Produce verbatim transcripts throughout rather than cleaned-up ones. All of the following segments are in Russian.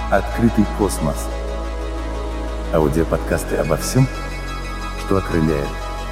Открытый космос. Аудиоподкасты обо всем, что окрыляет.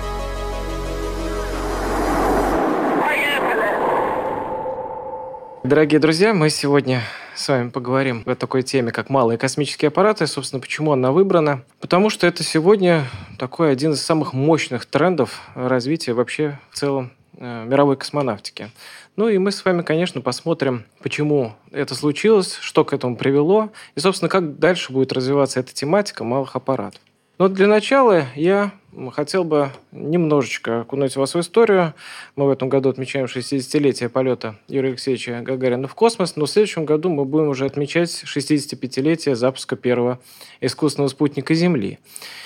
Дорогие друзья, мы сегодня с вами поговорим о такой теме, как малые космические аппараты. Собственно, почему она выбрана? Потому что это сегодня такой один из самых мощных трендов развития вообще в целом э, мировой космонавтики. Ну и мы с вами, конечно, посмотрим, почему это случилось, что к этому привело, и, собственно, как дальше будет развиваться эта тематика малых аппаратов. Но для начала я хотел бы немножечко окунуть вас в историю. Мы в этом году отмечаем шестидесятилетие полета Юрия Алексеевича Гагарина в космос, но в следующем году мы будем уже отмечать шестидесятипятилетие запуска первого искусственного спутника Земли.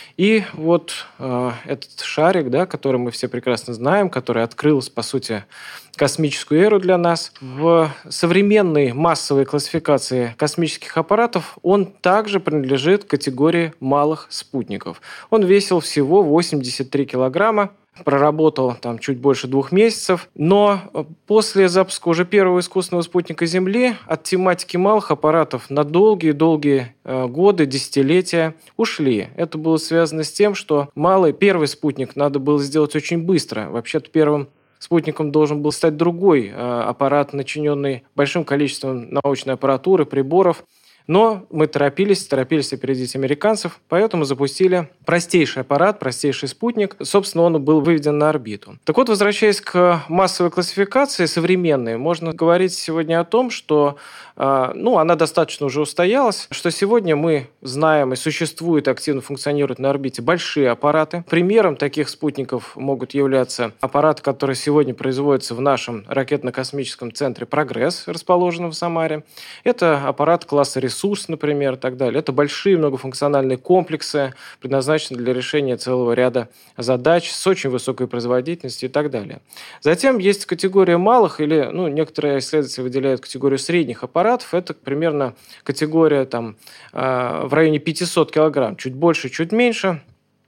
И вот э, этот шарик, да, который мы все прекрасно знаем, который открыл, по сути, космическую эру для нас, в современной массовой классификации космических аппаратов он также принадлежит к категории малых спутников. Он весил всего восемьдесят три килограмма, проработал там чуть больше двух месяцев, но после запуска уже первого искусственного спутника Земли от тематики малых аппаратов на долгие-долгие э, годы, десятилетия ушли. Это было связано с тем, что малый первый спутник надо было сделать очень быстро. Вообще-то первым спутником должен был стать другой э, аппарат, начиненный большим количеством научной аппаратуры, приборов. Но мы торопились, торопились опередить американцев, поэтому запустили простейший аппарат, простейший спутник. Собственно, он был выведен на орбиту. Так вот, возвращаясь к массовой классификации современной, можно говорить сегодня о том, что э, ну, она достаточно уже устоялась, что сегодня мы знаем и существуют, активно функционируют на орбите большие аппараты. Примером таких спутников могут являться аппараты, которые сегодня производятся в нашем ракетно-космическом центре «Прогресс», расположенном в Самаре. Это аппарат класса «Ресурс», например, и так далее. Это большие многофункциональные комплексы, предназначенные для решения целого ряда задач с очень высокой производительностью и так далее. Затем есть категория малых, или ну, некоторые исследователи выделяют категорию средних аппаратов. Это примерно категория там, в районе пятьсот килограмм, чуть больше, чуть меньше.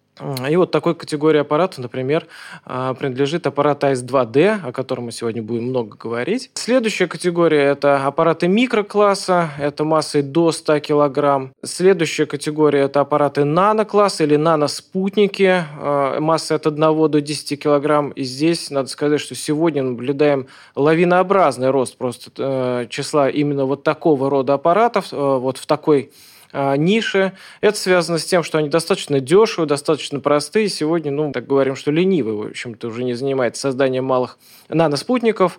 И вот такой категории аппаратов, например, принадлежит аппарат А Эс два Дэ, о котором мы сегодня будем много говорить. Следующая категория – это аппараты микрокласса, это массой до ста килограмм. Следующая категория – это аппараты нанокласса или наноспутники, массой от одного до десяти килограмм. И здесь надо сказать, что сегодня наблюдаем лавинообразный рост просто числа именно вот такого рода аппаратов, вот в такой ниши. Это связано с тем, что они достаточно дешевые, достаточно простые. Сегодня, ну, так говорим, что ленивый, в общем-то, уже не занимается созданием малых наноспутников.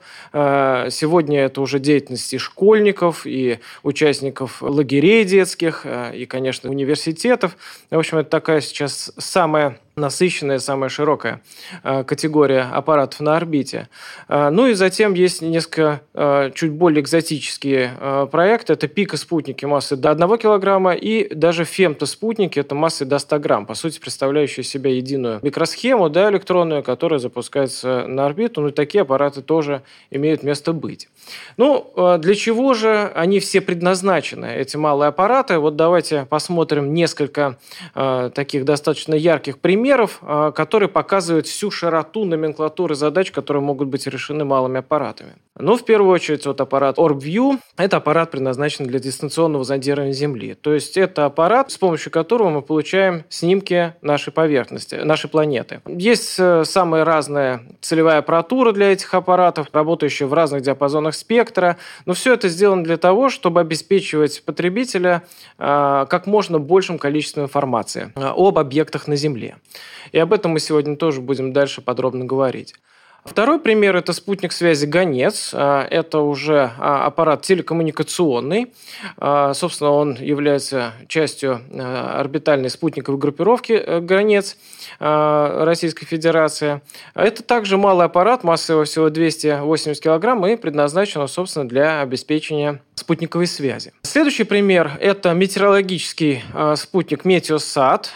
Сегодня это уже деятельность и школьников, и участников лагерей детских, и, конечно, университетов. В общем, это такая сейчас самая насыщенная, самая широкая категория аппаратов на орбите. Ну и затем есть несколько чуть более экзотические проекты. Это пикоспутники массой до одного килограмма и даже фемтоспутники, это массой до ста грамм, по сути, представляющие себя единую микросхему, да, электронную, которая запускается на орбиту. Ну и такие аппараты тоже имеют место быть. Ну, для чего же они все предназначены, эти малые аппараты? Вот давайте посмотрим несколько таких достаточно ярких примеров, примеров, которые показывают всю широту номенклатуры задач, которые могут быть решены малыми аппаратами. Ну, в первую очередь, вот аппарат OrbView – это аппарат, предназначенный для дистанционного зондирования Земли. То есть, это аппарат, с помощью которого мы получаем снимки нашей поверхности, нашей планеты. Есть самая разная целевая аппаратура для этих аппаратов, работающая в разных диапазонах спектра. Но все это сделано для того, чтобы обеспечивать потребителя как можно большим количеством информации об объектах на Земле. И об этом мы сегодня тоже будем дальше подробно говорить. Второй пример – это спутник связи «Гонец». Это уже аппарат телекоммуникационный. Собственно, он является частью орбитальной спутниковой группировки «Гонец» Российской Федерации. Это также малый аппарат, массой его всего двести восемьдесят килограмм, и предназначен он, собственно, для обеспечения спутниковой связи. Следующий пример – это метеорологический спутник «Метеосат».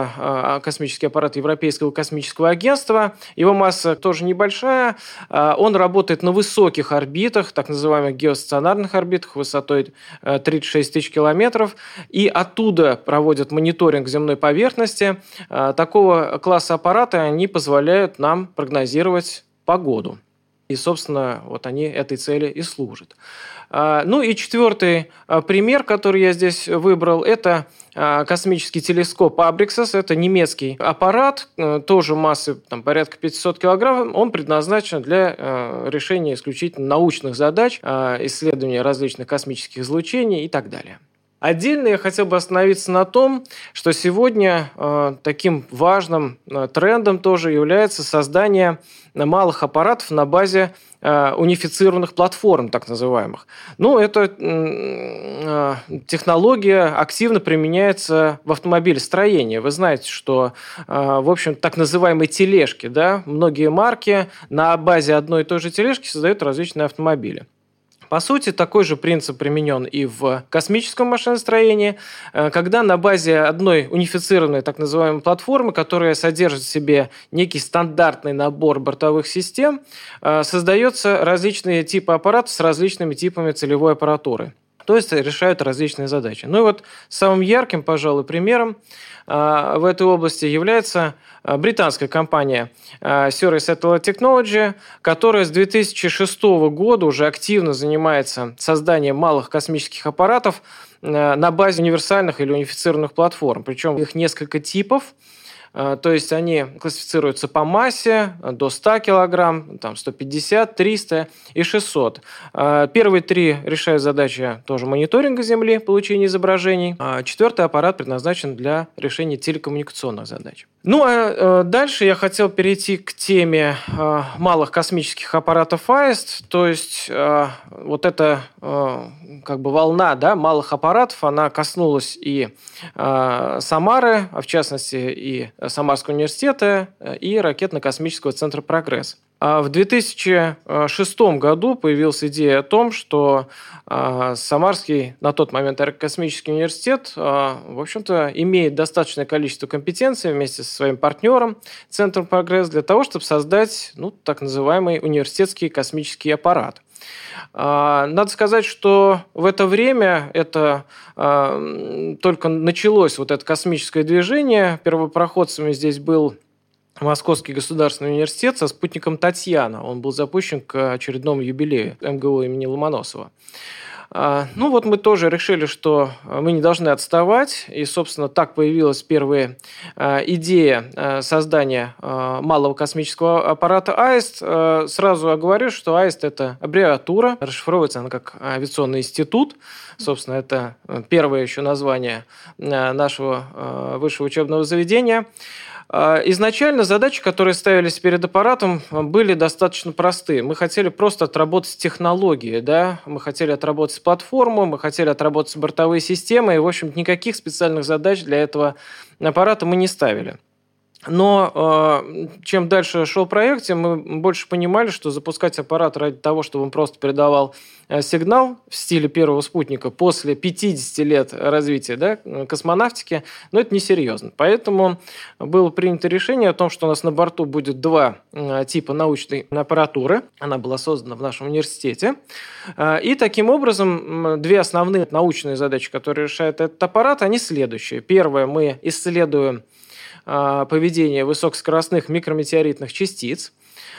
Это космический аппарат Европейского космического агентства. Его масса тоже небольшая. Он работает на высоких орбитах, так называемых геостационарных орбитах, высотой тридцать шесть тысяч километров. И оттуда проводят мониторинг земной поверхности. Такого класса аппараты они позволяют нам прогнозировать погоду. И, собственно, вот они этой цели и служат. Ну и четвертый пример, который я здесь выбрал, это космический телескоп Абриксос. Это немецкий аппарат, тоже массы там, порядка пятьсот килограмм. Он предназначен для решения исключительно научных задач, исследования различных космических излучений и так далее. Отдельно я хотел бы остановиться на том, что сегодня э, таким важным э, трендом тоже является создание малых аппаратов на базе э, унифицированных платформ, так называемых. Ну, эта э, технология активно применяется в автомобилестроении. Вы знаете, что, э, в общем, так называемые тележки, да, многие марки на базе одной и той же тележки создают различные автомобили. По сути, такой же принцип применен и в космическом машиностроении, когда на базе одной унифицированной так называемой платформы, которая содержит в себе некий стандартный набор бортовых систем, создаются различные типы аппаратов с различными типами целевой аппаратуры. То есть решают различные задачи. Ну и вот самым ярким, пожалуй, примером в этой области является британская компания Surrey Satellite Technology, которая с две тысячи шестого года уже активно занимается созданием малых космических аппаратов на базе универсальных или унифицированных платформ. Причем их несколько типов. То есть они классифицируются по массе до ста килограмм, там сто пятьдесят, триста и шестьсот. Первые три решают задачи тоже мониторинга Земли, получения изображений. А четвертый аппарат предназначен для решения телекоммуникационных задач. Ну а дальше я хотел перейти к теме малых космических аппаратов аист. То есть вот эта как бы волна, да, малых аппаратов, она коснулась и Самары, а в частности и Самарского университета и ракетно-космического центра «Прогресс». А в две тысячи шестом году появилась идея о том, что Самарский, на тот момент аэрокосмический университет, в общем-то, имеет достаточное количество компетенций вместе со своим партнером Центром «Прогресс» для того, чтобы создать, ну, так называемый университетский космический аппарат. Надо сказать, что в это время это только началось вот это космическое движение. Первопроходцами здесь был Московский государственный университет со спутником «Татьяна». Он был запущен к очередному юбилею эм гэ у имени Ломоносова. Ну вот мы тоже решили, что мы не должны отставать, и, собственно, так появилась первая идея создания малого космического аппарата аист. Сразу оговорю, что аист – это аббревиатура, расшифровывается она как авиационный институт. Собственно, это первое еще название нашего высшего учебного заведения. Изначально задачи, которые ставились перед аппаратом, были достаточно простые. Мы хотели просто отработать технологии, да? Мы хотели отработать платформу, мы хотели отработать бортовые системы, и, в общем, никаких специальных задач для этого аппарата мы не ставили. Но э, чем дальше шел проект, тем мы больше понимали, что запускать аппарат ради того, чтобы он просто передавал э, сигнал в стиле первого спутника после пятидесяти лет развития, да, космонавтики, ну, это несерьезно. Поэтому было принято решение о том, что у нас на борту будет два э, типа научной аппаратуры. Она была создана в нашем университете. Э, и таким образом две основные научные задачи, которые решает этот аппарат, они следующие. Первое, мы исследуем поведение высокоскоростных микрометеоритных частиц.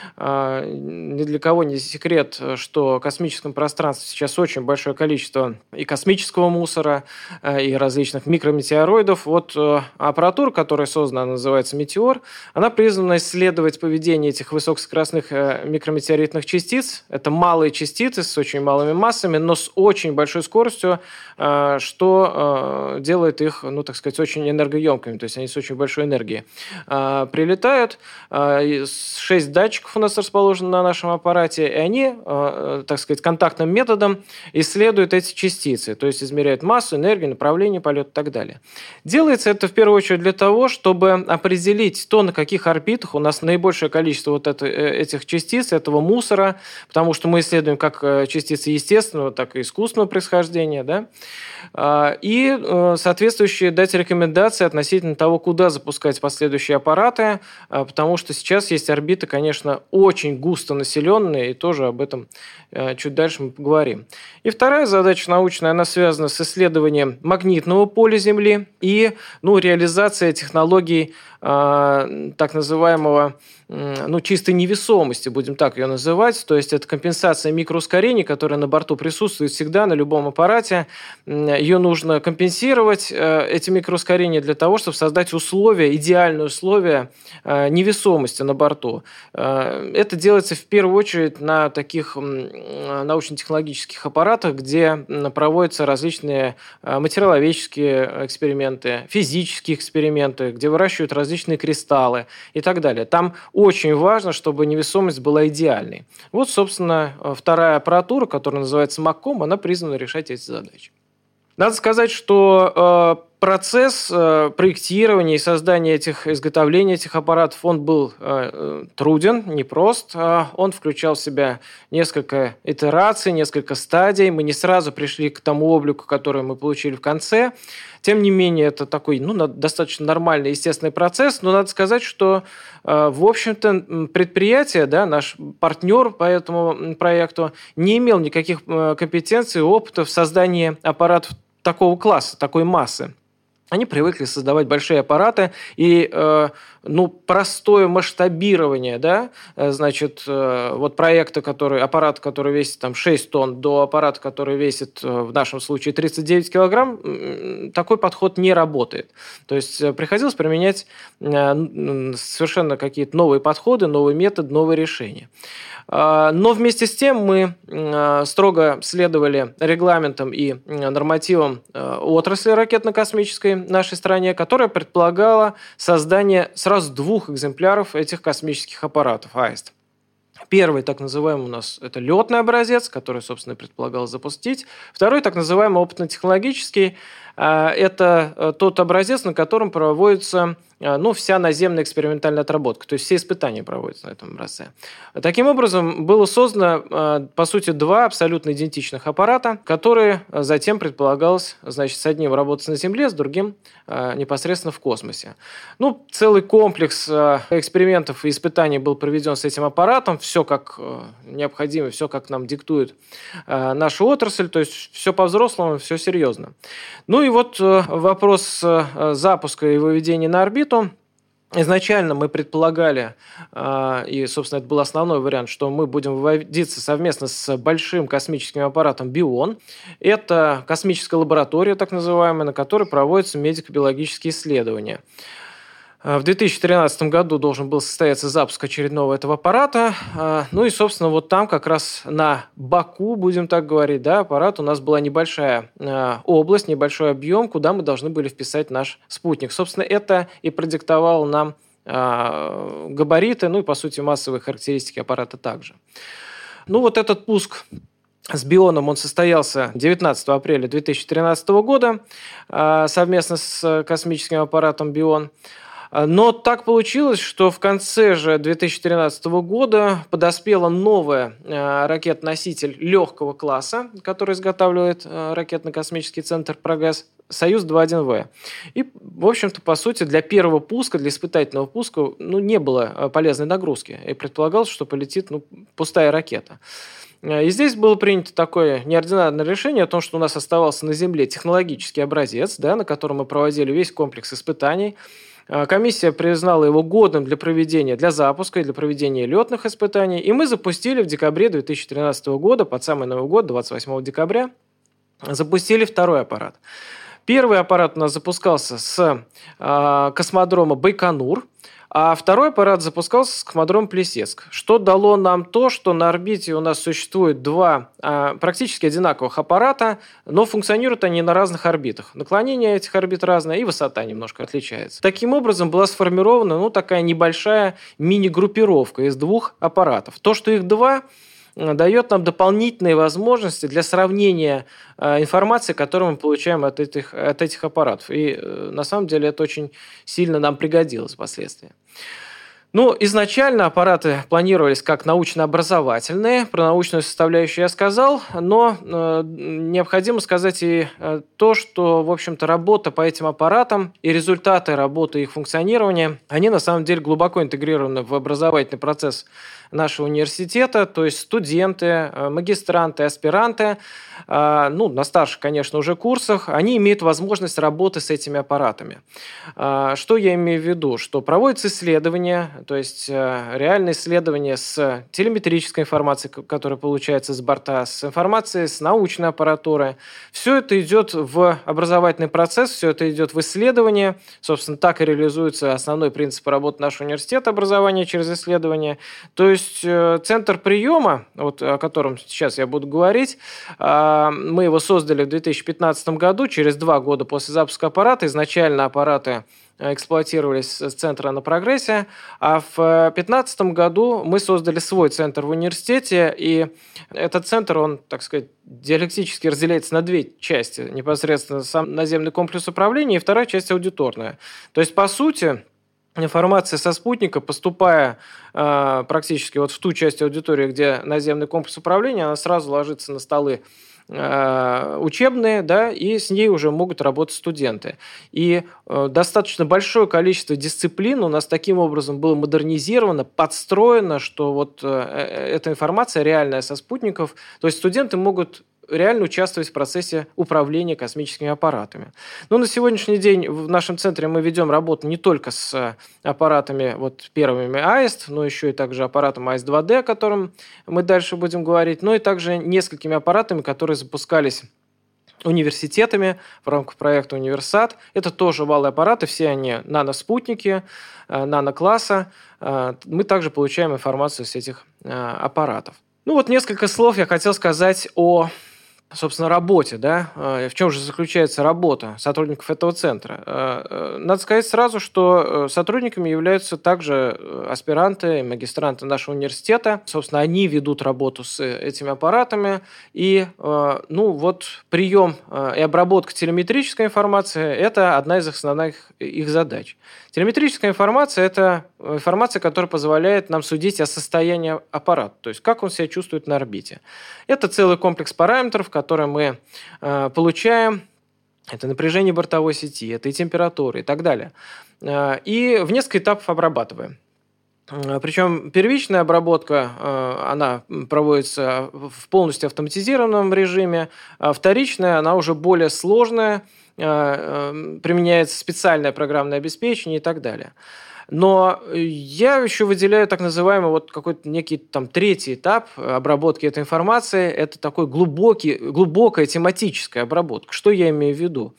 Ни для кого не секрет, что в космическом пространстве сейчас очень большое количество и космического мусора, и различных микрометеороидов. Вот аппаратура, которая создана, она называется «Метеор», она призвана исследовать поведение этих высокоскоростных микрометеоритных частиц. Это малые частицы с очень малыми массами, но с очень большой скоростью, что делает их, ну, так сказать, очень энергоемкими, то есть они с очень большой энергией прилетают. Шесть датчиков у нас расположены на нашем аппарате, и они, так сказать, контактным методом исследуют эти частицы, то есть измеряют массу, энергию, направление полета и так далее. Делается это в первую очередь для того, чтобы определить то, на каких орбитах у нас наибольшее количество вот это, этих частиц, этого мусора, потому что мы исследуем как частицы естественного, так и искусственного происхождения, да? И соответствующие дать рекомендации относительно того, куда запускать последующие аппараты, потому что сейчас есть орбиты, конечно, очень густо населенные, и тоже об этом чуть дальше мы поговорим. И вторая задача научная, она связана с исследованием магнитного поля Земли и, ну, реализацией технологий так называемого ну, чистой невесомости, будем так ее называть. То есть это компенсация микроускорений, которая на борту присутствует всегда на любом аппарате. Ее нужно компенсировать, эти микроускорения, для того, чтобы создать условия, идеальные условия невесомости на борту. Это делается в первую очередь на таких научно-технологических аппаратах, где проводятся различные материаловедческие эксперименты, физические эксперименты, где выращивают различные кристаллы и так далее. Там очень важно, чтобы невесомость была идеальной. Вот, собственно, вторая аппаратура, которая называется МАККОМ, она призвана решать эти задачи. Надо сказать, что э, процесс э, проектирования и создания этих, изготовления этих аппаратов, он был э, труден, непрост. Э, он включал в себя несколько итераций, несколько стадий. Мы не сразу пришли к тому облику, который мы получили в конце. Тем не менее, это такой ну, достаточно нормальный, естественный процесс. Но надо сказать, что, э, в общем-то, предприятие, да, наш партнер по этому проекту, не имел никаких э, компетенций, опыта в создании аппаратов такого класса, такой массы. Они привыкли создавать большие аппараты, и э, ну, простое масштабирование, да, значит, э, вот проекта, который, аппарат, который весит там, шесть тонн, до аппарата, который весит, в нашем случае, тридцать девять килограмм, такой подход не работает. То есть приходилось применять э, совершенно какие-то новые подходы, новые методы, новые решения. Но вместе с тем мы строго следовали регламентам и нормативам отрасли ракетно-космической в нашей стране, которая предполагала создание сразу двух экземпляров этих космических аппаратов «Аист». Первый, так называемый, у нас это летный образец, который, собственно, предполагалось запустить. Второй, так называемый опытно-технологический, это тот образец, на котором проводится ну, вся наземная экспериментальная отработка, то есть все испытания проводятся на этом образце. Таким образом, было создано, по сути, два абсолютно идентичных аппарата, которые затем предполагалось, значит, с одним работать на Земле, с другим непосредственно в космосе. Ну, целый комплекс экспериментов и испытаний был проведен с этим аппаратом, все как необходимо, все как нам диктует наша отрасль, то есть все по-взрослому, все серьезно. Ну и вот вопрос запуска и выведения на орбиту. Изначально мы предполагали, и, собственно, это был основной вариант, что мы будем выводиться совместно с большим космическим аппаратом «Бион». Это космическая лаборатория, так называемая, на которой проводятся медико-биологические исследования. В две тысячи тринадцатом году должен был состояться запуск очередного этого аппарата. Ну и, собственно, вот там как раз на Баку, будем так говорить, да, аппарат, у нас была небольшая область, небольшой объем, куда мы должны были вписать наш спутник. Собственно, это и продиктовало нам габариты, ну и, по сути, массовые характеристики аппарата также. Ну вот этот пуск с «Бионом» он состоялся девятнадцатого апреля две тысячи тринадцатого года совместно с космическим аппаратом «Бион». Но так получилось, что в конце же две тысячи тринадцатого года подоспела новая ракета-носитель легкого класса, который изготавливает ракетно-космический центр «Прогресс», «Союз два один вэ». И, в общем-то, по сути, для первого пуска, для испытательного пуска, ну, не было полезной нагрузки. И предполагалось, что полетит ну, пустая ракета. И здесь было принято такое неординарное решение о том, что у нас оставался на Земле технологический образец, да, на котором мы проводили весь комплекс испытаний. Комиссия признала его годным для проведения, для запуска и для проведения летных испытаний. И мы запустили в декабре две тысячи тринадцатого года, под самый Новый год, двадцать восьмого декабря, запустили второй аппарат. Первый аппарат у нас запускался с э, космодрома Байконур, а второй аппарат запускался с космодрома Плесецк, что дало нам то, что на орбите у нас существует два а, практически одинаковых аппарата, но функционируют они на разных орбитах. Наклонение этих орбит разное, и высота немножко отличается. Таким образом, была сформирована ну, такая небольшая мини-группировка из двух аппаратов. То, что их два, дает нам дополнительные возможности для сравнения э, информации, которую мы получаем от этих, от этих аппаратов. И э, на самом деле это очень сильно нам пригодилось впоследствии. Ну, изначально аппараты планировались как научно-образовательные, про научную составляющую я сказал, но э, необходимо сказать и э, то, что, в общем-то, работа по этим аппаратам и результаты работы их функционирования, они на самом деле глубоко интегрированы в образовательный процесс нашего университета, то есть студенты, магистранты, аспиранты, ну, на старших, конечно, уже курсах, они имеют возможность работы с этими аппаратами. Что я имею в виду? Что проводятся исследования то есть реальные исследования с телеметрической информацией, которая получается с борта, с информацией с научной аппаратуры. Все это идет в образовательный процесс, все это идет в исследование. Собственно, так и реализуется основной принцип работы нашего университета — образование через исследование. То есть центр приема, вот, о котором сейчас я буду говорить, мы его создали в две тысячи пятнадцатом году, через два года после запуска аппарата. Изначально аппараты эксплуатировались с центра на Прогрессе, а в две тысячи пятнадцатом году мы создали свой центр в университете, и этот центр, он, так сказать, диалектически разделяется на две части. Непосредственно сам наземный комплекс управления и вторая часть аудиторная. То есть, по сути, информация со спутника, поступая э, практически вот в ту часть аудитории, где наземный комплекс управления, она сразу ложится на столы учебные, да, и с ней уже могут работать студенты. И э, достаточно большое количество дисциплин у нас таким образом было модернизировано, подстроено, что вот э, эта информация реальная со спутников, то есть студенты могут реально участвовать в процессе управления космическими аппаратами. Но на сегодняшний день в нашем центре мы ведем работу не только с аппаратами вот первыми АИСТ, но еще и также аппаратом АИСТ два дэ, о котором мы дальше будем говорить, но и также несколькими аппаратами, которые запускались университетами в рамках проекта «Универсат». Это тоже малые аппараты, все они наноспутники, нанокласса. Мы также получаем информацию с этих аппаратов. Ну вот несколько слов я хотел сказать о, собственно, работе, да, в чем же заключается работа сотрудников этого центра. Надо сказать сразу, что сотрудниками являются также аспиранты и магистранты нашего университета. Собственно, они ведут работу с этими аппаратами, и, ну, вот прием и обработка телеметрической информации – это одна из основных их задач. Телеметрическая информация – это информация, которая позволяет нам судить о состоянии аппарата, то есть как он себя чувствует на орбите. Это целый комплекс параметров, которые мы э, получаем. Это напряжение бортовой сети, это и температура, и так далее. Э, и в несколько этапов обрабатываем. Причем первичная обработка, она проводится в полностью автоматизированном режиме, а вторичная, она уже более сложная, применяется специальное программное обеспечение и так далее. Но я еще выделяю так называемый вот какой-то некий там третий этап обработки этой информации. Это такой глубокий, глубокая тематическая обработка. Что я имею в виду?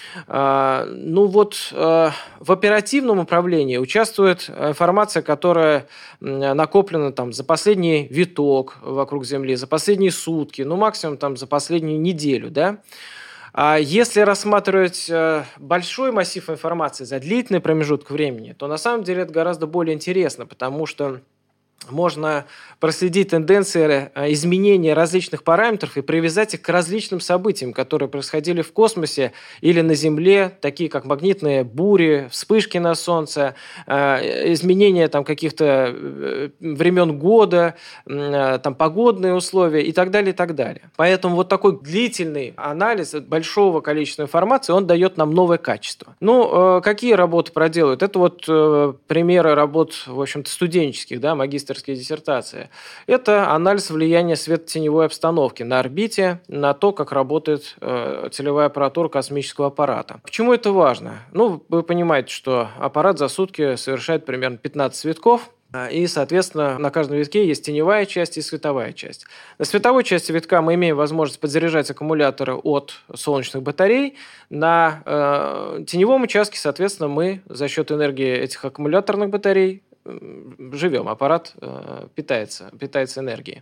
Ну вот в оперативном управлении участвует информация, которая накоплена там за последний виток вокруг Земли, за последние сутки, ну максимум там за последнюю неделю, да. А если рассматривать большой массив информации за длительный промежуток времени, то на самом деле это гораздо более интересно, потому что можно проследить тенденции изменения различных параметров и привязать их к различным событиям, которые происходили в космосе или на Земле, такие как магнитные бури, вспышки на Солнце, изменения там, каких-то времен года, там, погодные условия и так далее, и так далее. Поэтому вот такой длительный анализ большого количества информации, он дает нам новое качество. Ну, какие работы проделывают? Это вот примеры работ, в общем-то, студенческих, да, магистрских диссертации. Это анализ влияния светотеневой обстановки на орбите, на то, как работает э, целевая аппаратура космического аппарата. Почему это важно? Ну, вы понимаете, что аппарат за сутки совершает примерно пятнадцать витков, и, соответственно, на каждом витке есть теневая часть и световая часть. На световой части витка мы имеем возможность подзаряжать аккумуляторы от солнечных батарей. На э, теневом участке, соответственно, мы за счет энергии этих аккумуляторных батарей живем, аппарат э, питается, питается энергией.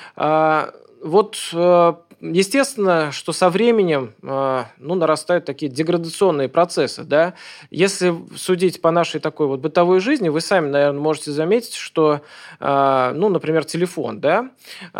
А, вот, э, естественно, что со временем э, ну, нарастают такие деградационные процессы. Да? Если судить по нашей такой вот бытовой жизни, вы сами, наверное, можете заметить, что, э, ну, например, телефон, да,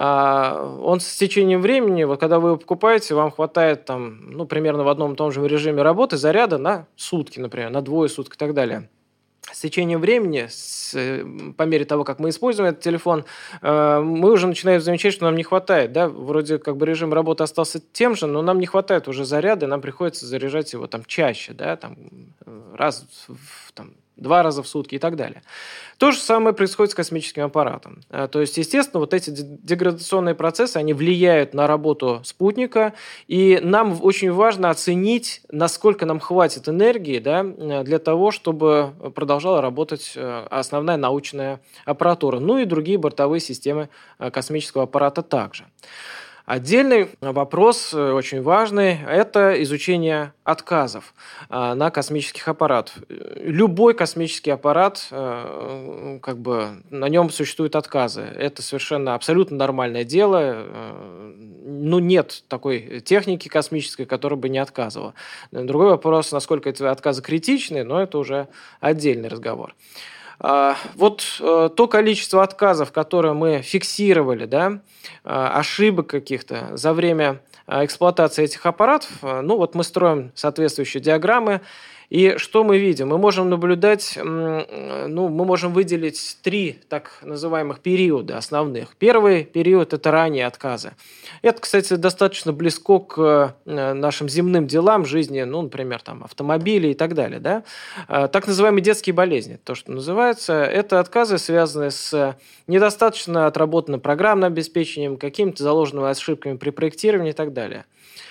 э, он с течением времени, вот когда вы его покупаете, вам хватает там, ну, примерно в одном и том же режиме работы заряда на сутки, например, на двое суток и так далее. С течением времени, с, по мере того, как мы используем этот телефон, э, мы уже начинаем замечать, что нам не хватает. Да? Вроде как бы режим работы остался тем же, но нам не хватает уже заряда, и нам приходится заряжать его там чаще, да? Там, раз в там, два раза в сутки и так далее. То же самое происходит с космическим аппаратом. То есть, естественно, вот эти деградационные процессы, они влияют на работу спутника, и нам очень важно оценить, насколько нам хватит энергии, да, для того, чтобы продолжала работать основная научная аппаратура, ну и другие бортовые системы космического аппарата также. Отдельный вопрос, очень важный, это изучение отказов на космических аппаратах. Любой космический аппарат, как бы, на нем существуют отказы. Это совершенно абсолютно нормальное дело. Ну, нет такой техники космической, которая бы не отказывала. Другой вопрос, насколько эти отказы критичны, но это уже отдельный разговор. Вот то количество отказов, которое мы фиксировали, да, ошибок каких-то за время эксплуатации этих аппаратов, ну вот мы строим соответствующие диаграммы, и что мы видим? Мы можем наблюдать, ну, мы можем выделить три так называемых периода основных. Первый период – это ранние отказы. Это, кстати, достаточно близко к нашим земным делам жизни, ну, например, там, автомобили и так далее. Да? Так называемые детские болезни, то, что называется, это отказы, связанные с недостаточно отработанным программным обеспечением, какими-то заложенными ошибками при проектировании и так далее.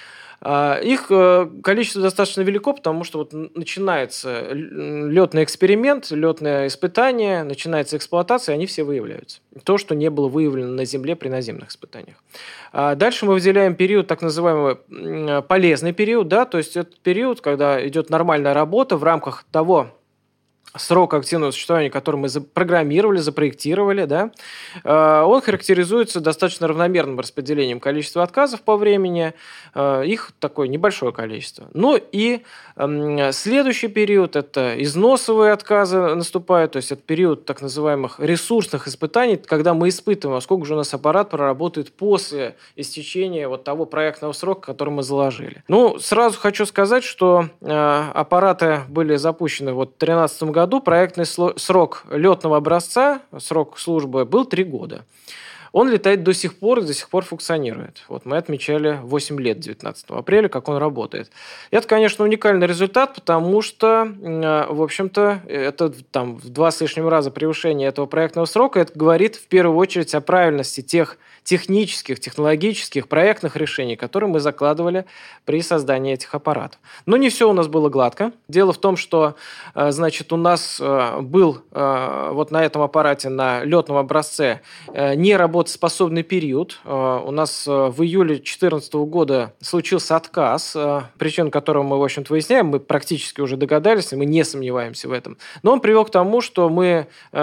Их количество достаточно велико, потому что вот начинается летный эксперимент, летное испытание, начинается эксплуатация, и они все выявляются. То, что не было выявлено на Земле при наземных испытаниях. Дальше мы выделяем период, так называемый полезный период, да, то есть это период, когда идет нормальная работа в рамках того срок активного существования, который мы запрограммировали, запроектировали, да, он характеризуется достаточно равномерным распределением количества отказов по времени, их такое небольшое количество. Ну и следующий период – это износовые отказы наступают, то есть это период так называемых ресурсных испытаний, когда мы испытываем, сколько же у нас аппарат проработает после истечения вот того проектного срока, который мы заложили. Ну, сразу хочу сказать, что аппараты были запущены вот в две тысячи тринадцатом году, году проектный срок летного образца, срок службы был три года. Он летает до сих пор и до сих пор функционирует. Вот мы отмечали восемь лет девятнадцатого апреля, как он работает. Это, конечно, уникальный результат, потому что, в общем-то, это там, в два с лишним раза превышение этого проектного срока. Это говорит в первую очередь о правильности тех технических, технологических, проектных решений, которые мы закладывали при создании этих аппаратов. Но не все у нас было гладко. Дело в том, что, значит, у нас был вот на этом аппарате, на летном образце, не работоспособный период. У нас в июле две тысячи четырнадцатого года случился отказ, причин которого мы, в общем-то, выясняем. Мы практически уже догадались, и мы не сомневаемся в этом. Но он привел к тому, что мы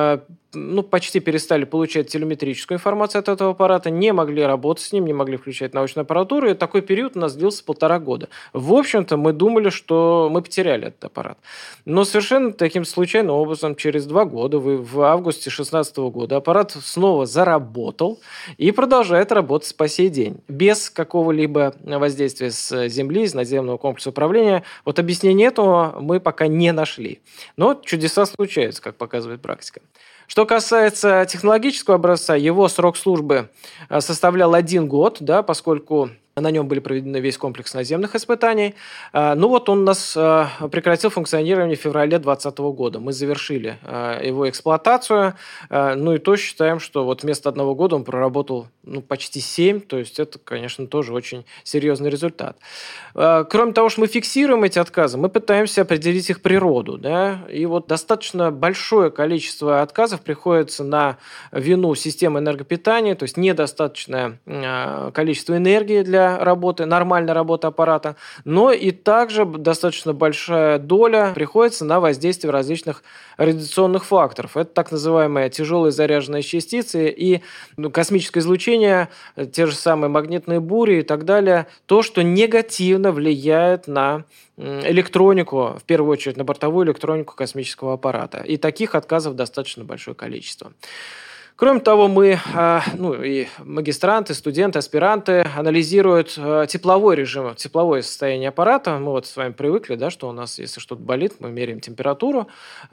ну, почти перестали получать телеметрическую информацию от этого аппарата, не могли работать с ним, не могли включать научную аппаратуру, и такой период у нас длился полтора года. В общем-то, мы думали, что мы потеряли этот аппарат. Но совершенно таким случайным образом, через два года, в августе две тысячи шестнадцатого года, аппарат снова заработал и продолжает работать по сей день, без какого-либо воздействия с Земли, из наземного комплекса управления. Вот объяснение этого мы пока не нашли. Но чудеса случаются, как показывает практика. Что касается технологического образца, его срок службы составлял один год, да, поскольку на нем были проведены весь комплекс наземных испытаний. Ну вот он у нас прекратил функционирование в феврале две тысячи двадцатого года. Мы завершили его эксплуатацию. Ну и то считаем, что вот вместо одного года он проработал ну, почти семь. То есть это, конечно, тоже очень серьезный результат. Кроме того, что мы фиксируем эти отказы, мы пытаемся определить их природу. Да? И вот достаточно большое количество отказов приходится на вину системы энергопитания, то есть недостаточное количество энергии для работы, нормальной работы аппарата, но и также достаточно большая доля приходится на воздействие различных радиационных факторов. Это так называемые тяжелые заряженные частицы и ну, космическое излучение, те же самые магнитные бури и так далее, то, что негативно влияет на электронику, в первую очередь на бортовую электронику космического аппарата. И таких отказов достаточно большое количество. Кроме того, мы, ну и магистранты, студенты, аспиранты анализируют тепловой режим, тепловое состояние аппарата. Мы вот с вами привыкли, да, что у нас, если что-то болит, мы меряем температуру.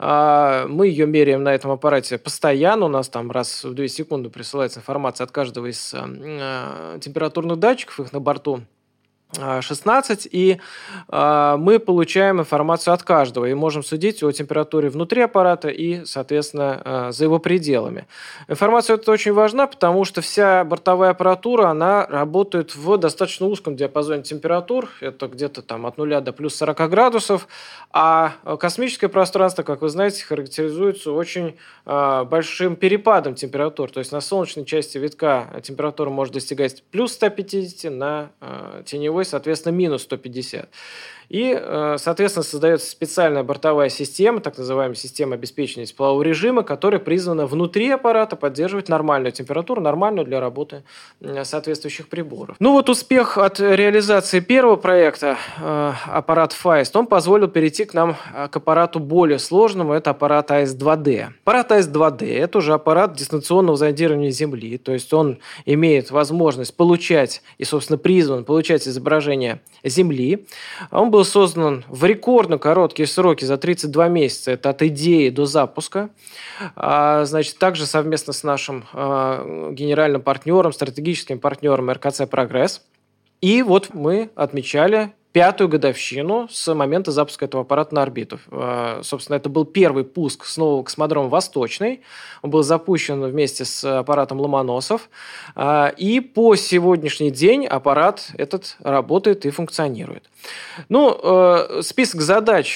Мы ее меряем на этом аппарате постоянно. У нас там раз в две секунды присылается информация от каждого из температурных датчиков, их на борту шестнадцать, и э, мы получаем информацию от каждого и можем судить о температуре внутри аппарата и, соответственно, э, за его пределами. Информация эта очень важна, потому что вся бортовая аппаратура, она работает в достаточно узком диапазоне температур, это где-то там от нуля до плюс сорок градусов, а космическое пространство, как вы знаете, характеризуется очень э, большим перепадом температур, то есть на солнечной части витка температура может достигать плюс ста пятидесяти, на э, теневой, соответственно, минус сто пятьдесят. И, соответственно, создается специальная бортовая система, так называемая система обеспечения теплового режима, которая призвана внутри аппарата поддерживать нормальную температуру, нормальную для работы соответствующих приборов. Ну вот успех от реализации первого проекта, аппарат фаест, он позволил перейти к нам к аппарату более сложному, это аппарат а эс два дэ. Аппарат а эс два дэ – это уже аппарат дистанционного зондирования Земли, то есть он имеет возможность получать и, собственно, призван получать изображение Земли. Он был создан в рекордно короткие сроки, за тридцать два месяца, это от идеи до запуска. Значит, также совместно с нашим генеральным партнером, стратегическим партнером эр ка цэ «Прогресс». И вот мы отмечали пятую годовщину с момента запуска этого аппарата на орбиту. Собственно, это был первый пуск с нового космодрома «Восточный». Он был запущен вместе с аппаратом «Ломоносов». И по сегодняшний день аппарат этот работает и функционирует. Ну, список задач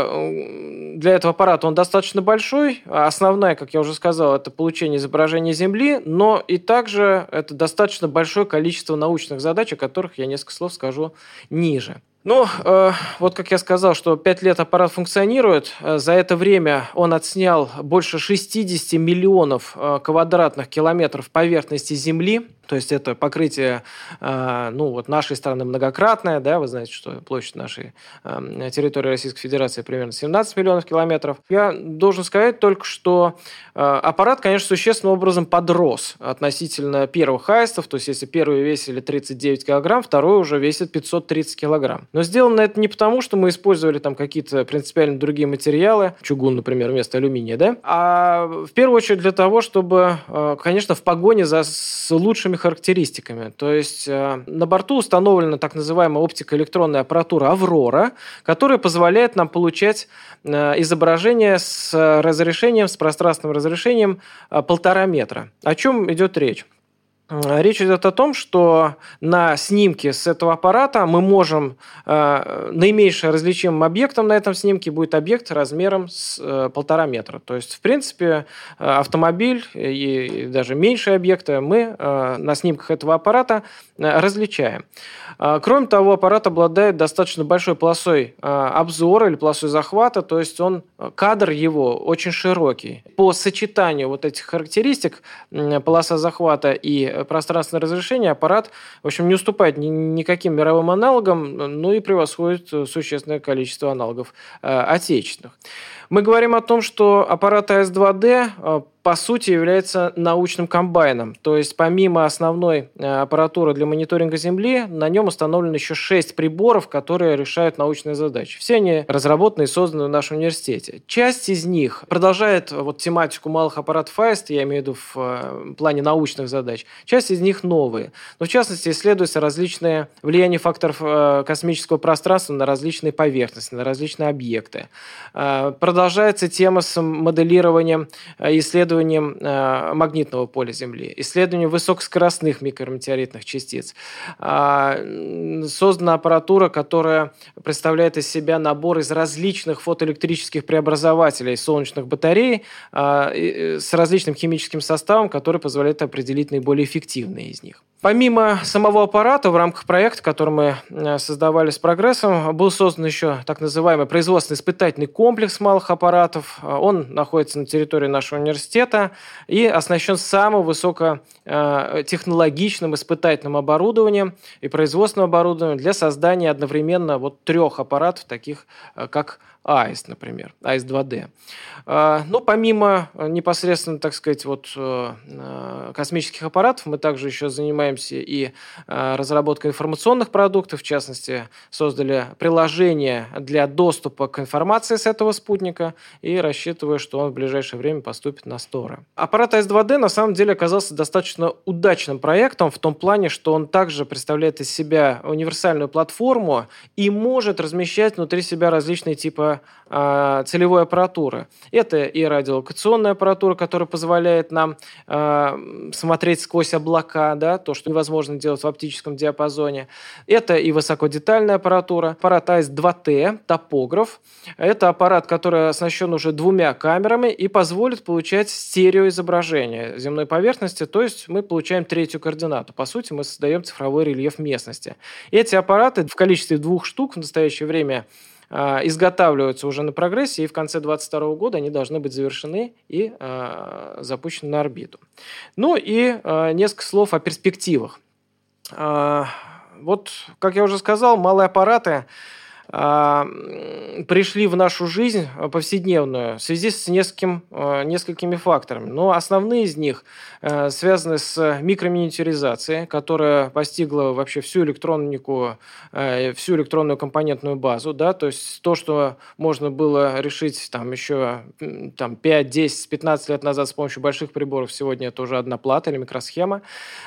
для этого аппарата, он достаточно большой. Основная, как я уже сказал, это получение изображения Земли, но и также это достаточно большое количество научных задач, о которых я несколько слов скажу ниже. Ну, э, вот как я сказал, что пять лет аппарат функционирует. За это время он отснял больше шестьдесят миллионов э, квадратных километров поверхности Земли. То есть это покрытие э, ну, вот нашей страны многократное. Да? Вы знаете, что площадь нашей э, территории Российской Федерации примерно семнадцать миллионов километров. Я должен сказать только, что э, аппарат, конечно, существенным образом подрос относительно первых хаестов. То есть если первые весили тридцать девять килограмм, второй уже весит пятьсот тридцать килограмм. Но сделано это не потому, что мы использовали там какие-то принципиально другие материалы, чугун, например, вместо алюминия, да, а в первую очередь для того, чтобы, конечно, в погоне за лучшими характеристиками. То есть на борту установлена так называемая оптико-электронная аппаратура «Аврора», которая позволяет нам получать изображение с разрешением, с пространственным разрешением полтора метра. О чем идет речь? Речь идет о том, что на снимке с этого аппарата мы можем, э, наименьшим различимым объектом на этом снимке будет объект размером с э, полтора метра. То есть, в принципе, автомобиль и даже меньшие объекты мы э, на снимках этого аппарата э, различаем. Э, кроме того, аппарат обладает достаточно большой полосой э, обзора или полосой захвата, то есть он, кадр его очень широкий. По сочетанию вот этих характеристик, э, полоса захвата и пространственное разрешение, аппарат, в общем, не уступает ни, никаким мировым аналогам, ну и превосходит существенное количество аналогов э, отечественных. Мы говорим о том, что аппарат а эс два дэ э, по сути является научным комбайном. То есть помимо основной аппаратуры для мониторинга Земли, на нем установлено еще шесть приборов, которые решают научные задачи. Все они разработаны и созданы в нашем университете. Часть из них продолжает вот тематику малых аппаратов фаест, я имею в виду в плане научных задач. Часть из них новые. Но в частности исследуются различные влияния факторов космического пространства на различные поверхности, на различные объекты. Продолжается тема с моделированием исследований магнитного поля Земли, исследованием высокоскоростных микрометеоритных частиц. Создана аппаратура, которая представляет из себя набор из различных фотоэлектрических преобразователей солнечных батарей с различным химическим составом, который позволяет определить наиболее эффективные из них. Помимо самого аппарата, в рамках проекта, который мы создавали с «Прогрессом», был создан еще так называемый производственно-испытательный комплекс малых аппаратов. Он находится на территории нашего университета и оснащен самым высокотехнологичным испытательным оборудованием и производственным оборудованием для создания одновременно вот трех аппаратов, таких как Аист, например, Аист два дэ. Но помимо непосредственно, так сказать, вот, космических аппаратов, мы также еще занимаемся и разработкой информационных продуктов. В частности, создали приложение для доступа к информации с этого спутника и рассчитываю, что он в ближайшее время поступит на сторы. Аппарат Аист два дэ на самом деле оказался достаточно удачным проектом в том плане, что он также представляет из себя универсальную платформу и может размещать внутри себя различные типы э, целевой аппаратуры. Это и радиолокационная аппаратура, которая позволяет нам э, смотреть сквозь облака, да, то, что невозможно делать в оптическом диапазоне. Это и высокодетальная аппаратура. Аппарат Аист два тэ, топограф. Это аппарат, который оснащен уже двумя камерами и позволит получать стереоизображение земной поверхности, то есть мы получаем третью координату. По сути, мы создаем цифровой рельеф местности. Эти аппараты в количестве двух штук в настоящее время э, изготавливаются уже на прогрессе, и в конце две тысячи двадцать второго года они должны быть завершены и э, запущены на орбиту. Ну и э, несколько слов о перспективах. Э, вот, как я уже сказал, малые аппараты пришли в нашу жизнь повседневную в связи с нескольким, несколькими факторами. Но основные из них связаны с микроминиатюризацией, которая постигла вообще всю электронику, всю электронную компонентную базу. Да? То есть то, что можно было решить там, еще там, пять, десять, пятнадцать лет назад с помощью больших приборов, сегодня это уже одна плата или микросхема.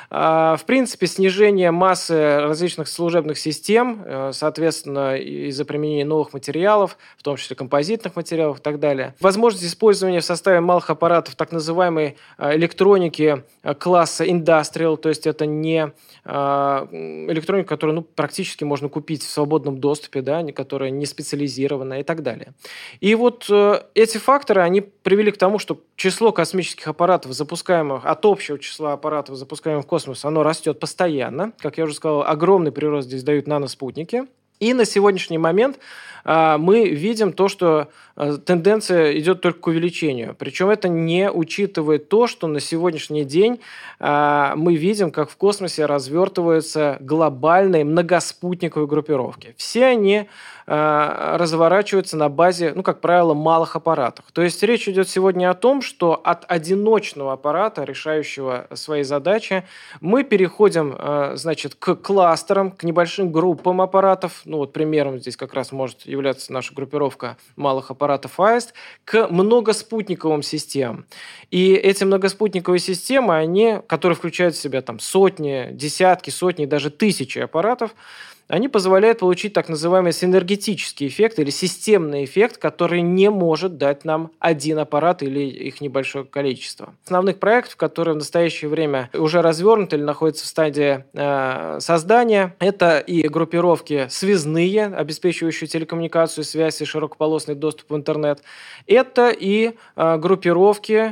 В принципе, снижение массы различных служебных систем, соответственно, из-за применения новых материалов, в том числе композитных материалов и так далее. Возможность использования в составе малых аппаратов так называемой электроники класса Industrial, то есть это не электроника, которую ну, практически можно купить в свободном доступе, да, которая не специализирована и так далее. И вот эти факторы, они привели к тому, что число космических аппаратов, запускаемых от общего числа аппаратов, запускаемых в космос, оно растет постоянно. Как я уже сказал, огромный прирост здесь дают наноспутники. И на сегодняшний момент а, мы видим то, что а, тенденция идет только к увеличению. Причем это не учитывает то, что на сегодняшний день а, мы видим, как в космосе развертываются глобальные многоспутниковые группировки. Все они а, разворачиваются на базе, ну, как правило, малых аппаратов. То есть речь идет сегодня о том, что от одиночного аппарата, решающего свои задачи, мы переходим, а, значит, к кластерам, к небольшим группам аппаратов. Ну, вот примером здесь как раз может являться наша группировка малых аппаратов Аист, к многоспутниковым системам. И эти многоспутниковые системы, они, которые включают в себя там, сотни, десятки, сотни, даже тысячи аппаратов, они позволяют получить так называемый синергетический эффект или системный эффект, который не может дать нам один аппарат или их небольшое количество. Основных проектов, которые в настоящее время уже развернуты или находятся в стадии э, создания, это и группировки связные, обеспечивающие телекоммуникацию, связь и широкополосный доступ в интернет. Это и э, группировки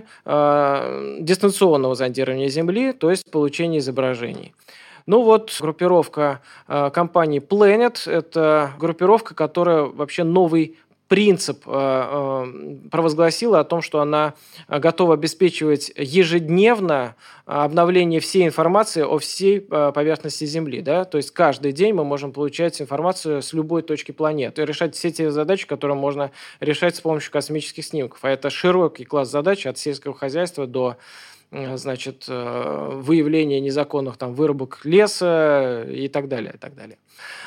э, дистанционного зондирования Земли, то есть получения изображений. Ну вот, группировка э, компании Planet – это группировка, которая вообще новый принцип э, э, провозгласила о том, что она готова обеспечивать ежедневно обновление всей информации о всей э, поверхности Земли. Да? То есть каждый день мы можем получать информацию с любой точки планеты и решать все те задачи, которые можно решать с помощью космических снимков. А это широкий класс задач от сельского хозяйства до значит, выявление незаконных там, вырубок леса и так далее, и так далее.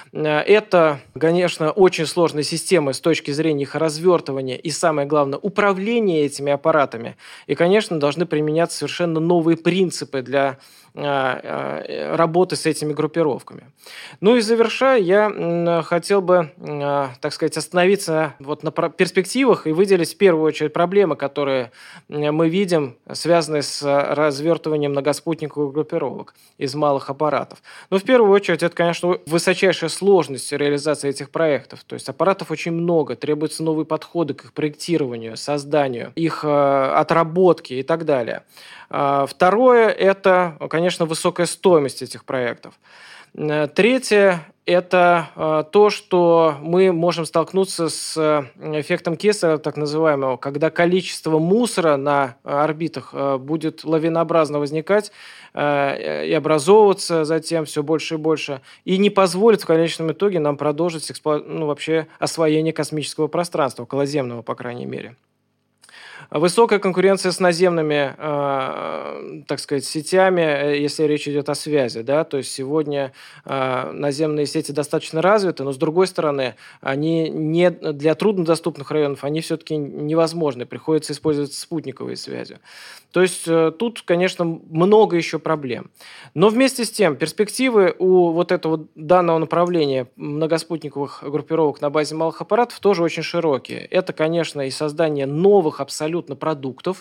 Это, конечно, очень сложная система с точки зрения их развертывания и, самое главное, управления этими аппаратами. И, конечно, должны применяться совершенно новые принципы для работы с этими группировками. Ну и завершая, я хотел бы, так сказать, остановиться вот на перспективах и выделить в первую очередь проблемы, которые мы видим, связанные с развертыванием многоспутниковых группировок из малых аппаратов. Но в первую очередь это, конечно, высочайшая сложность реализации этих проектов. То есть аппаратов очень много, требуются новые подходы к их проектированию, созданию, их отработке и так далее. Второе – это, конечно, высокая стоимость этих проектов. Третье – это то, что мы можем столкнуться с эффектом Кеслера, так называемого, когда количество мусора на орбитах будет лавинообразно возникать и образовываться затем все больше и больше, и не позволит в конечном итоге нам продолжить экспло... ну, вообще освоение космического пространства, околоземного, по крайней мере. Высокая конкуренция с наземными, э, так сказать, сетями, если речь идет о связи. Да? То есть сегодня э, наземные сети достаточно развиты, но, с другой стороны, они не, для труднодоступных районов они все-таки невозможны. Приходится использовать спутниковые связи. То есть э, тут, конечно, много еще проблем. Но вместе с тем перспективы у вот этого данного направления многоспутниковых группировок на базе малых аппаратов тоже очень широкие. Это, конечно, и создание новых абсолютно продуктов,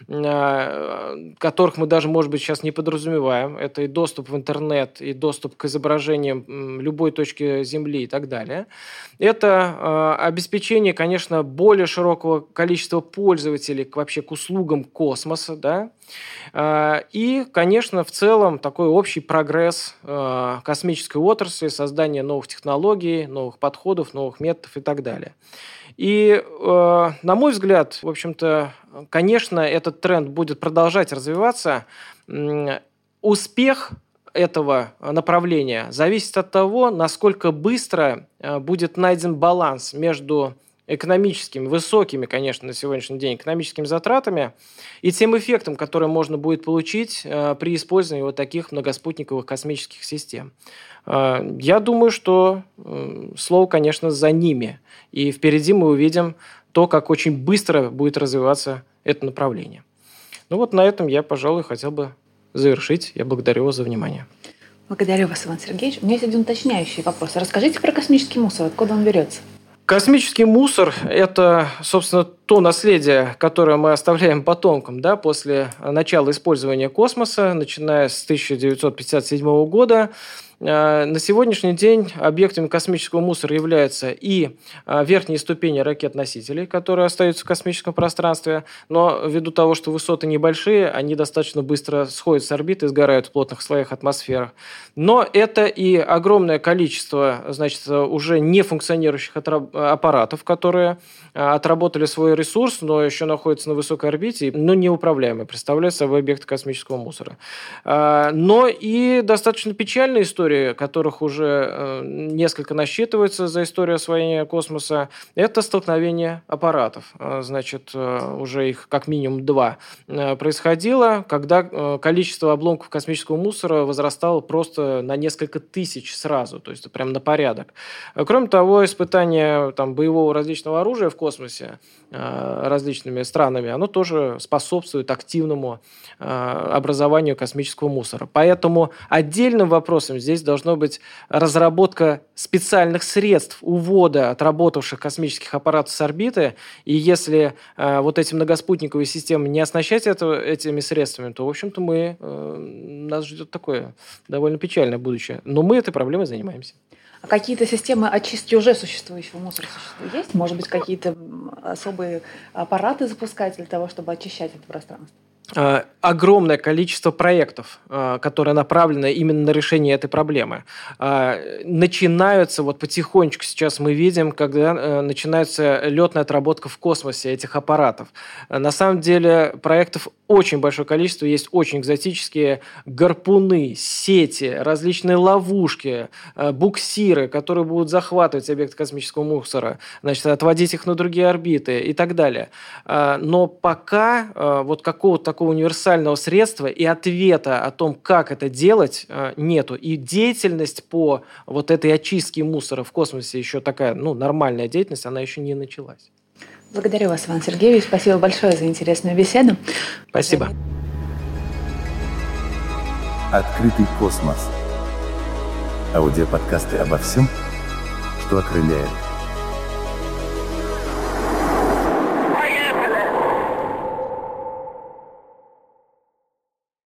которых мы даже, может быть, сейчас не подразумеваем. Это и доступ в интернет, и доступ к изображениям любой точки Земли и так далее. Это обеспечение, конечно, более широкого количества пользователей вообще к услугам космоса, да? И, конечно, в целом такой общий прогресс космической отрасли, создание новых технологий, новых подходов, новых методов и так далее. И, э, на мой взгляд, в общем-то, конечно, этот тренд будет продолжать развиваться. Успех этого направления зависит от того, насколько быстро будет найден баланс между экономическими, высокими, конечно, на сегодняшний день экономическими затратами и тем эффектом, который можно будет получить э, при использовании вот таких многоспутниковых космических систем. Э, я думаю, что э, слово, конечно, за ними. И впереди мы увидим то, как очень быстро будет развиваться это направление. Ну вот на этом я, пожалуй, хотел бы завершить. Я благодарю вас за внимание. Благодарю вас, Иван Сергеевич. У меня есть один уточняющий вопрос. Расскажите про космический мусор. Откуда он берется? Космический мусор – это, собственно, то наследие, которое мы оставляем потомкам, да, после начала использования космоса, начиная с тысяча девятьсот пятьдесят седьмого года. На сегодняшний день объектами космического мусора являются и верхние ступени ракет-носителей, которые остаются в космическом пространстве, но ввиду того, что высоты небольшие, они достаточно быстро сходят с орбиты и сгорают в плотных слоях атмосферы. Но это и огромное количество, значит, уже не функционирующих аппаратов, которые отработали свой ресурс, но еще находятся на высокой орбите, но неуправляемые, представляют собой объекты космического мусора. Но и достаточно печальная история, которых уже несколько насчитывается за историю освоения космоса, это столкновение аппаратов. Значит, уже их как минимум два происходило, когда количество обломков космического мусора возрастало просто на несколько тысяч сразу, то есть прям на порядок. Кроме того, испытание там, боевого различного оружия в космосе различными странами, оно тоже способствует активному образованию космического мусора. Поэтому отдельным вопросом здесь должна быть разработка специальных средств увода отработавших космических аппаратов с орбиты. И если э, вот эти многоспутниковые системы не оснащать это, этими средствами, то, в общем-то, мы, э, нас ждет такое довольно печальное будущее. Но мы этой проблемой занимаемся. А какие-то системы очистки уже существующего мусора есть? Может быть, какие-то особые аппараты запускать для того, чтобы очищать это пространство? Огромное количество проектов, которые направлены именно на решение этой проблемы. Начинаются, вот потихонечку сейчас мы видим, когда начинается летная отработка в космосе этих аппаратов. На самом деле проектов очень большое количество, есть очень экзотические гарпуны, сети, различные ловушки, буксиры, которые будут захватывать объекты космического мусора, значит, отводить их на другие орбиты и так далее. Но пока вот какого-то такого универсального средства и ответа о том, как это делать, нету. И деятельность по вот этой очистке мусора в космосе еще такая, ну, нормальная деятельность, она еще не началась. Благодарю вас, Иван Сергеевич. Спасибо большое за интересную беседу. Спасибо. Открытый космос. Аудиоподкасты обо всем, что окрыляет.